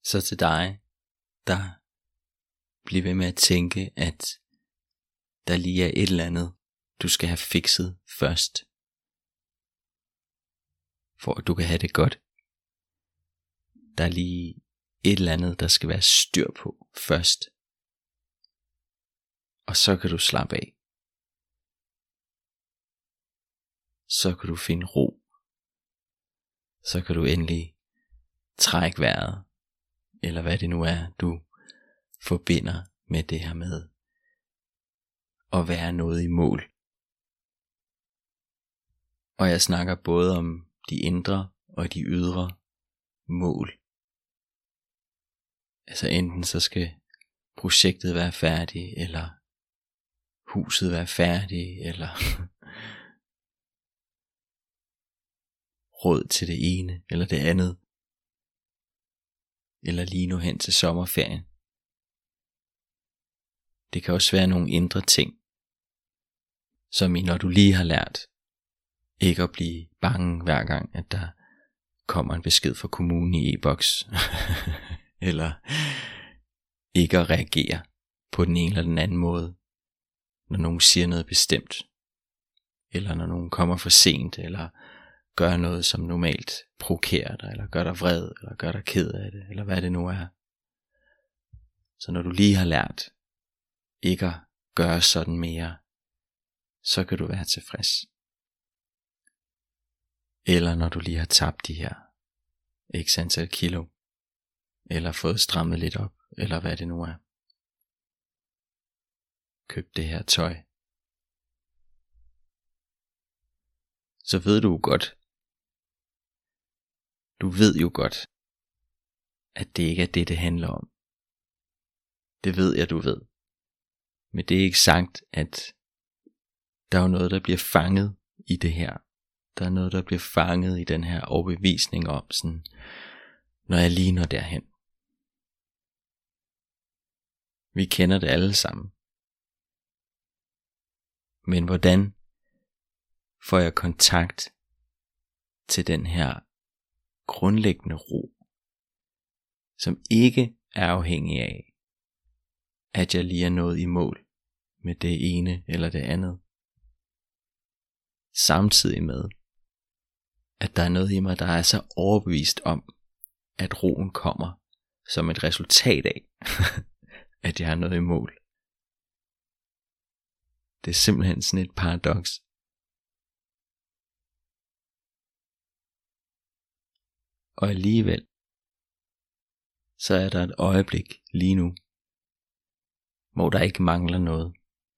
Så til dig, der bliver ved med at tænke, at der lige er et eller andet, du skal have fikset først, for at du kan have det godt. Der er lige et eller andet, der skal være styr på først, og så kan du slappe af. Så kan du finde ro. Så kan du endelig trække vejret, eller hvad det nu er, du forbinder med det her med at være noget i mål. Og jeg snakker både om de indre og de ydre mål. Altså enten så skal projektet være færdigt, eller huset være færdigt, eller råd til det ene eller det andet, eller lige nu hen til sommerferien. Det kan også være nogle indre ting, som i når du lige har lært ikke at blive bange hver gang, at der kommer en besked fra kommunen i e-boks, eller ikke at reagere på den ene eller den anden måde, når nogen siger noget bestemt, eller når nogen kommer for sent, eller gør noget, som normalt provokerer dig, eller gør dig vred, eller gør dig ked af det, eller hvad det nu er. Så når du lige har lært ikke at gøre sådan mere, så kan du være tilfreds. Eller når du lige har tabt de her x antal kilo, eller fået strammet lidt op, eller hvad det nu er. Køb det her tøj. Så ved du godt, du ved jo godt, at det ikke er det handler om. Det ved jeg, du ved. Men det er ikke sagt, at der er noget, der bliver fanget i det her. Der er noget, der bliver fanget i den her overbevisning om, sådan, når jeg lige når derhen. Vi kender det alle sammen. Men hvordan får jeg kontakt til den her grundlæggende ro, som ikke er afhængig af, at jeg lige er nået i mål med det ene eller det andet, samtidig med, at der er noget i mig, der er så overbevist om, at roen kommer som et resultat af, at jeg er nået i mål. Det er simpelthen sådan et paradoks. Og alligevel, så er der et øjeblik lige nu, hvor der ikke mangler noget.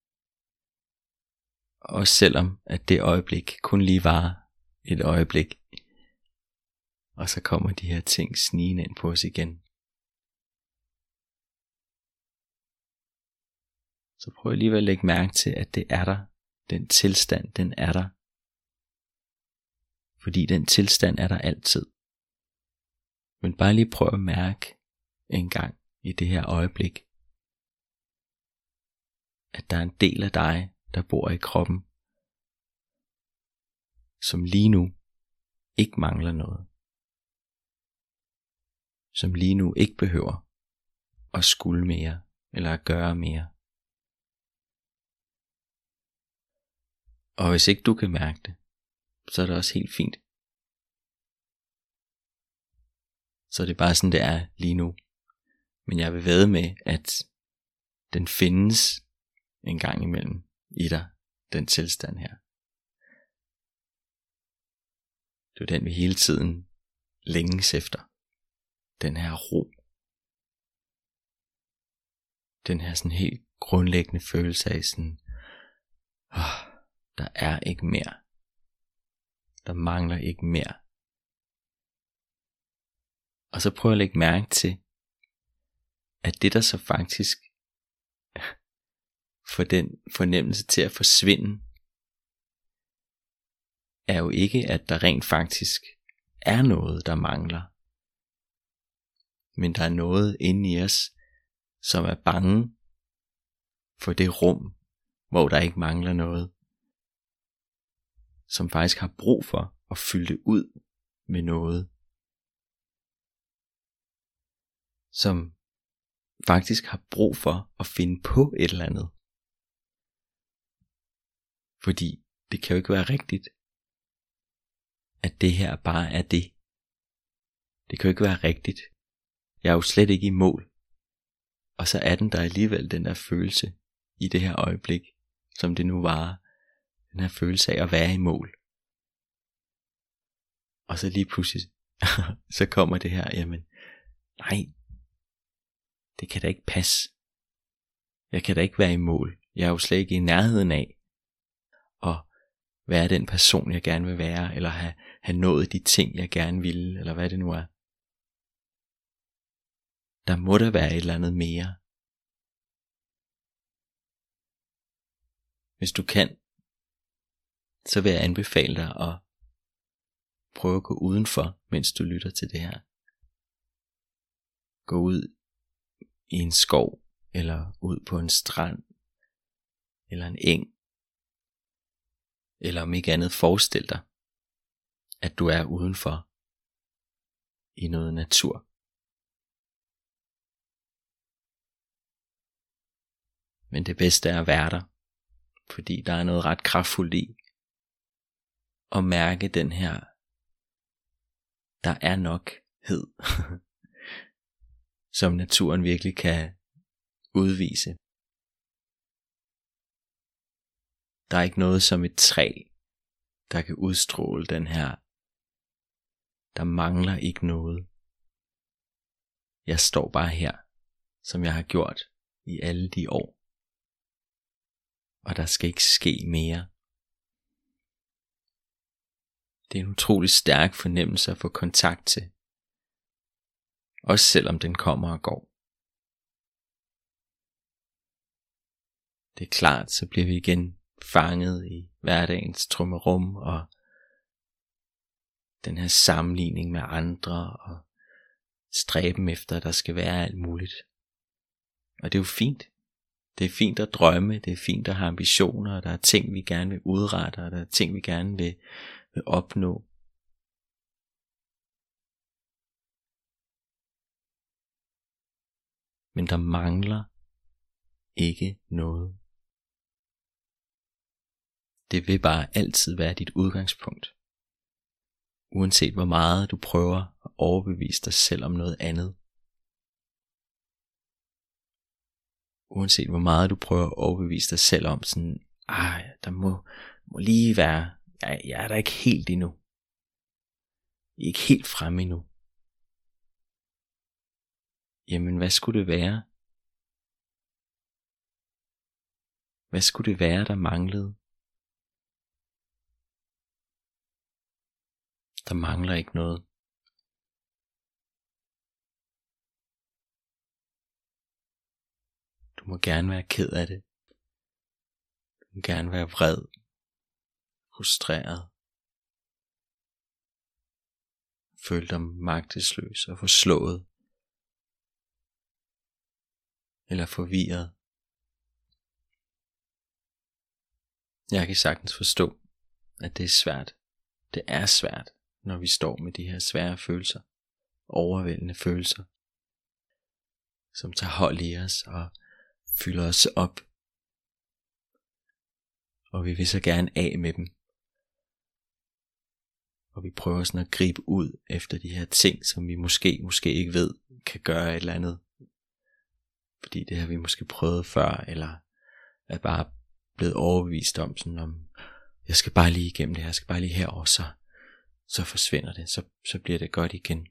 Og selvom at det øjeblik kun lige var et øjeblik, og så kommer de her ting snigende ind på os igen. Så prøv alligevel at lægge mærke til, at det er der. Den tilstand, den er der. Fordi den tilstand er der altid. Men bare lige prøv at mærke en gang i det her øjeblik, at der er en del af dig, der bor i kroppen, som lige nu ikke mangler noget. Som lige nu ikke behøver at skulle mere eller at gøre mere. Og hvis ikke du kan mærke det, så er det også helt fint. Så det er bare sådan det er lige nu. Men jeg vil vædde med, at den findes en gang imellem i dig, den tilstand her. Det er den vi hele tiden længes efter. Den her ro. Den her sådan helt grundlæggende følelse af sådan, der er ikke mere. Der mangler ikke mere. Og så prøv at lægge mærke til, at det der så faktisk får den fornemmelse til at forsvinde, er jo ikke, at der rent faktisk er noget, der mangler. Men der er noget inde i os, som er bange for det rum, hvor der ikke mangler noget. Som faktisk har brug for at fylde det ud med noget. som faktisk har brug for at finde på et eller andet. Fordi det kan jo ikke være rigtigt, at det her bare er det. Det kan jo ikke være rigtigt. Jeg er jo slet ikke i mål. Og så er den der alligevel, den der følelse i det her øjeblik, som det nu var, den her følelse af at være i mål. Og så lige pludselig, så kommer det her, jamen, nej, det kan da ikke passe. Jeg kan da ikke være i mål. Jeg er jo slet ikke i nærheden af at være den person, jeg gerne vil være, eller have nået de ting, jeg gerne ville, eller hvad det nu er. Der må der være et eller andet mere. Hvis du kan, så vil jeg anbefale dig at prøve at gå udenfor, mens du lytter til det her. Gå ud i en skov, eller ud på en strand, eller en eng, eller om ikke andet forestil dig, at du er udenfor i noget natur. Men det bedste er at være der, fordi der er noget ret kraftfuldt i at mærke den her, der er nokhed, som naturen virkelig kan udvise. Der er ikke noget som et træ, der kan udstråle den her, der mangler ikke noget. Jeg står bare her, som jeg har gjort i alle de år. Og der skal ikke ske mere. Det er en utrolig stærk fornemmelse at få kontakt til. Også selvom den kommer og går. Det er klart, så bliver vi igen fanget i hverdagens trummerum og den her sammenligning med andre og stræben efter, at der skal være alt muligt. Og det er jo fint. Det er fint at drømme, det er fint at have ambitioner, og der er ting, vi gerne vil udrette, og der er ting, vi gerne vil opnå. Men der mangler ikke noget. Det vil bare altid være dit udgangspunkt. Uanset hvor meget du prøver at overbevise dig selv om noget andet. Uanset hvor meget du prøver at overbevise dig selv om sådan, der må lige være, jeg er der ikke helt endnu. Jeg er ikke helt fremme endnu. Jamen hvad skulle det være? Hvad skulle det være, der manglede? Der mangler ikke noget. Du må gerne være ked af det. Du må gerne være vred, frustreret. Føle dig magtesløs og forslået. Eller forvirret. Jeg kan sagtens forstå, at det er svært. Det er svært, når vi står med de her svære følelser. Overvældende følelser. Som tager hold i os og fylder os op. Og vi vil så gerne af med dem. Og vi prøver sådan at gribe ud efter de her ting, som vi måske ikke ved, kan gøre et eller andet. Fordi det har vi måske prøvet før, eller er bare blevet overbevist om, sådan om, jeg skal bare lige igennem det her, jeg skal bare lige herover, så forsvinder det, så bliver det godt igen.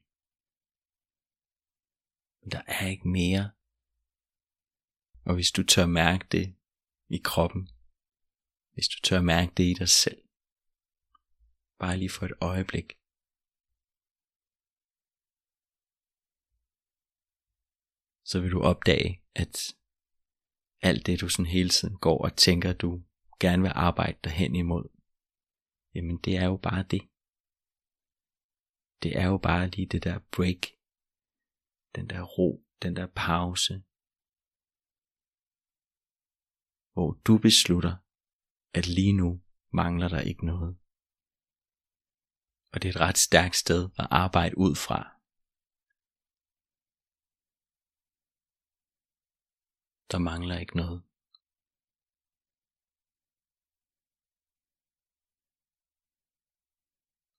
Men der er ikke mere. Og hvis du tør mærke det i kroppen, hvis du tør mærke det i dig selv, bare lige for et øjeblik, så vil du opdage, at alt det du sådan hele tiden går og tænker, du gerne vil arbejde dig hen imod, jamen det er jo bare det. Det er jo bare lige det der break, den der ro, den der pause, hvor du beslutter, at lige nu mangler der ikke noget. Og det er et ret stærkt sted at arbejde ud fra. Der mangler ikke noget.